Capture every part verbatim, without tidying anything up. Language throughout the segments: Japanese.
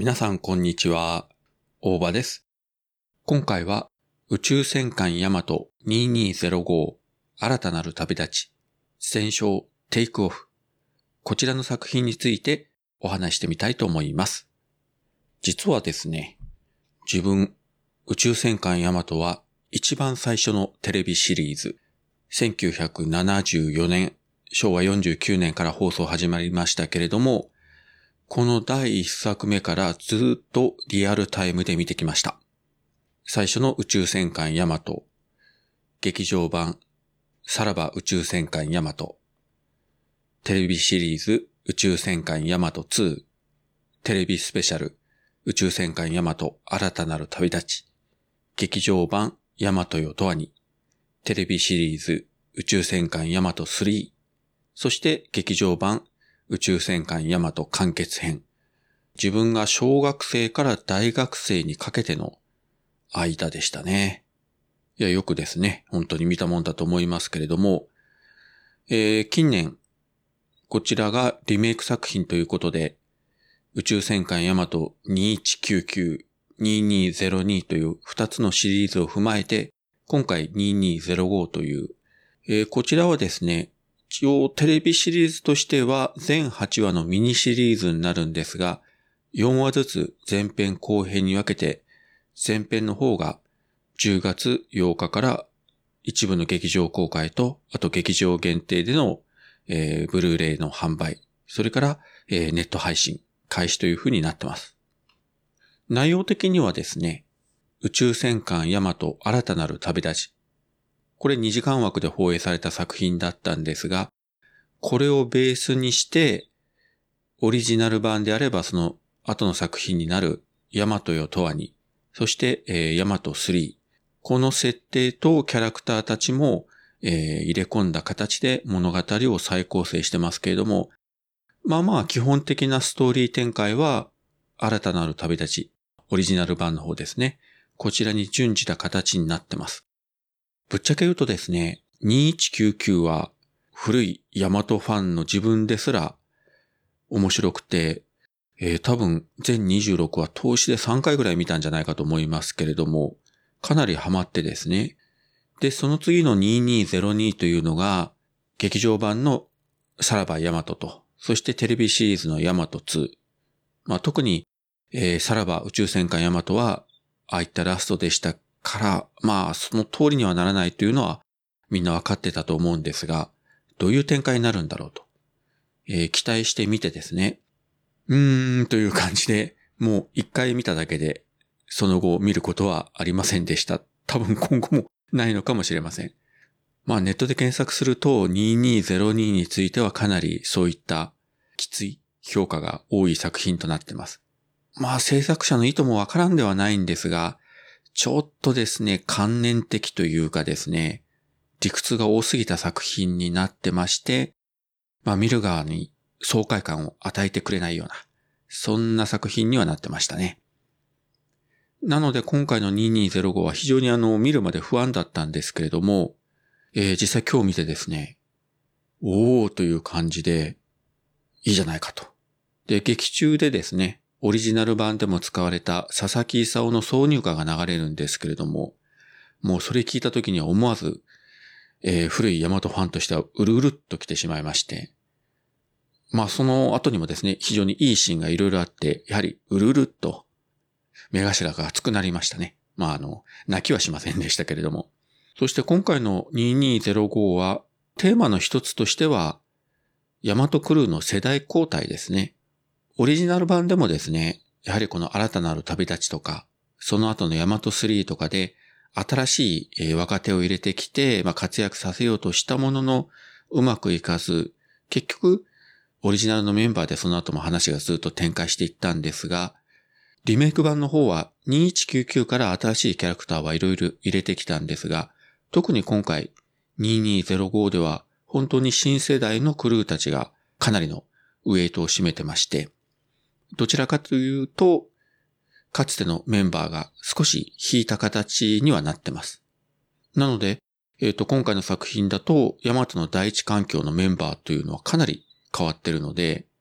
皆さんこんにちは、大場です。今回は宇宙戦艦ヤマトにせんにひゃくご新たなる旅立ち、戦勝テイクオフ。こちらの作品についてお話してみたいと思います。実はですね、自分宇宙戦艦ヤマトは一番最初のテレビシリーズ、せんきゅうひゃくななじゅうよねん、しょうわよんじゅうきゅうねんから放送始まりましたけれども、このだいいっさくめからずっとリアルタイムで見てきました。最初の宇宙戦艦ヤマト、劇場版さらば宇宙戦艦ヤマト、テレビシリーズ宇宙戦艦ヤマトツー、テレビスペシャル宇宙戦艦ヤマト新たなる旅立ち、劇場版ヤマトよとわに、テレビシリーズ宇宙戦艦ヤマトスリー、そして劇場版宇宙戦艦ヤマト完結編。自分が小学生から大学生にかけての間でしたね。いや、よくですね、本当に見たもんだと思いますけれども、えー、近年、こちらがリメイク作品ということで、宇宙戦艦ヤマトにせんひゃくきゅうじゅうきゅう、にせんにひゃくにというふたつのシリーズを踏まえて、今回にせんにひゃくごという、えー、こちらはですね、一応テレビシリーズとしては全はちわのミニシリーズになるんですが、よんわずつ前編後編に分けて、前編の方がじゅうがつようかから一部の劇場公開と、あと劇場限定での、えー、ブルーレイの販売、それから、えー、ネット配信開始という風になってます。内容的にはですね、宇宙戦艦ヤマト新たなる旅立ち。これにじかん枠で放映された作品だったんですが、これをベースにして、オリジナル版であればその後の作品になるヤマトよとわに、そして、えー、ヤマトスリー。この設定とキャラクターたちも、えー、入れ込んだ形で物語を再構成してますけれども、まあまあ基本的なストーリー展開は新たなる旅立ち、オリジナル版の方ですね。こちらに準じた形になってます。ぶっちゃけ言うとですね、にせんひゃくきゅうじゅうきゅうは古いヤマトファンの自分ですら面白くて、えー、多分全にじゅうろくわ通しでさんかいぐらい見たんじゃないかと思いますけれども、かなりハマってですね。で、その次のにせんにひゃくにというのが劇場版のさらばヤマトと、そしてテレビシリーズのヤマトツー。まあ特に、えー、さらば宇宙戦艦ヤマトはああいったラストでしたから、まあその通りにはならないというのはみんなわかってたと思うんですが、どういう展開になるんだろうと、えー、期待してみてですね。うーんという感じで、もう一回見ただけで、その後見ることはありませんでした。多分今後もないのかもしれません。まあネットで検索するとにせんにひゃくにについてはかなりそういったきつい評価が多い作品となっています。まあ制作者の意図もわからんではないんですが、ちょっとですね、観念的というかですね、理屈が多すぎた作品になってまして、まあ見る側に爽快感を与えてくれないような、そんな作品にはなってましたね。なので今回のにせんにひゃくごは非常にあの見るまで不安だったんですけれども、えー、実際今日見てですね、おーという感じでいいじゃないかと。で、劇中でですね、オリジナル版でも使われた佐々木勲の挿入歌が流れるんですけれども、もうそれ聞いた時には思わず、えー、古いヤマトファンとしてはうるうるっと来てしまいまして、まあその後にもですね、非常にいいシーンがいろいろあって、やはりうるうるっと目頭が熱くなりましたね。まああの、泣きはしませんでしたけれども。そして今回のにせんにひゃくごはテーマの一つとしては、ヤマトクルーの世代交代ですね。オリジナル版でもですね、やはりこの新たなる旅立ちとか、その後のヤマトスリーとかで、新しい若手を入れてきて、まあ、活躍させようとしたものの、うまくいかず、結局、オリジナルのメンバーでその後も話がずっと展開していったんですが、リメイク版の方はにせんひゃくきゅうじゅうきゅうから新しいキャラクターはいろいろ入れてきたんですが、特に今回にせんにひゃくごでは本当に新世代のクルーたちがかなりのウェイトを占めてまして、どちらかというと、かつてのメンバーが少し引いた形にはなってます。なので、えっと、今回の作品だと、ヤマトの第一環境のメンバーというのはかなり変わってるので、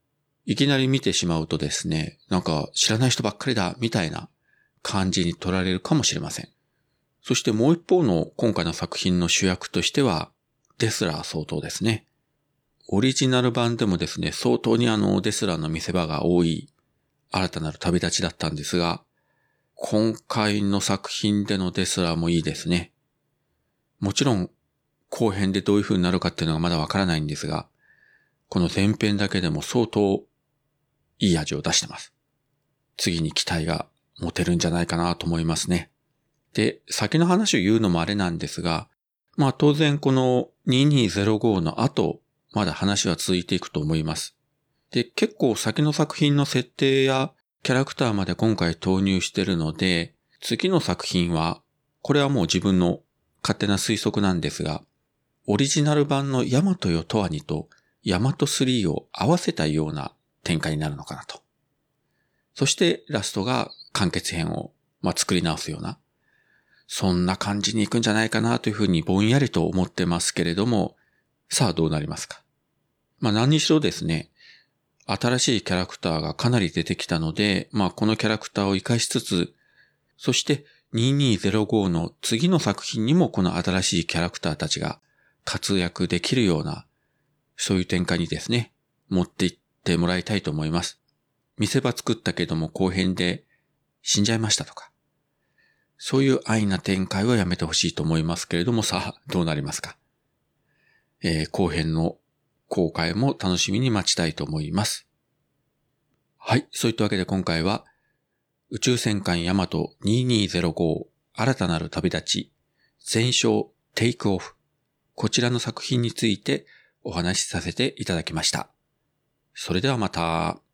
いきなり見てしまうとですね、なんか知らない人ばっかりだみたいな感じに取られるかもしれません。そしてもう一方の今回の作品の主役としてはデスラー総統ですね。オリジナル版でもですね、相当にあのデスラーの見せ場が多い新たなる旅立ちだったんですが、今回の作品でのデスラーもいいですね。もちろん後編でどういう風になるかっていうのがまだわからないんですが、この前編だけでも相当いい味を出してます。次に期待が持てるんじゃないかなと思いますね。で、先の話を言うのもあれなんですが、まあ当然このににーぜろごの後、まだ話は続いていくと思います。で、結構先の作品の設定やキャラクターまで今回投入してるので、次の作品は、これはもう自分の勝手な推測なんですが、オリジナル版のヤマトよとわにとヤマトスリーを合わせたような展開になるのかなと。そしてラストが完結編を、まあ、作り直すような、そんな感じに行くんじゃないかなというふうにぼんやりと思ってますけれども、さあどうなりますか。まあ何にしろですね、新しいキャラクターがかなり出てきたので、まあこのキャラクターを活かしつつ、そしてにーにーぜろごの次の作品にもこの新しいキャラクターたちが活躍できるような、そういう展開にですね、持っていってもらいたいと思います。見せ場作ったけども後編で死んじゃいましたとか、そういう安易な展開はやめてほしいと思いますけれども、さあどうなりますか。えー、後編の公開も楽しみに待ちたいと思います。はい、そういったわけで今回は宇宙戦艦ヤマトにーにーぜろご新たなる旅立ち全勝テイクオフ、こちらの作品についてお話しさせていただきました。それではまた。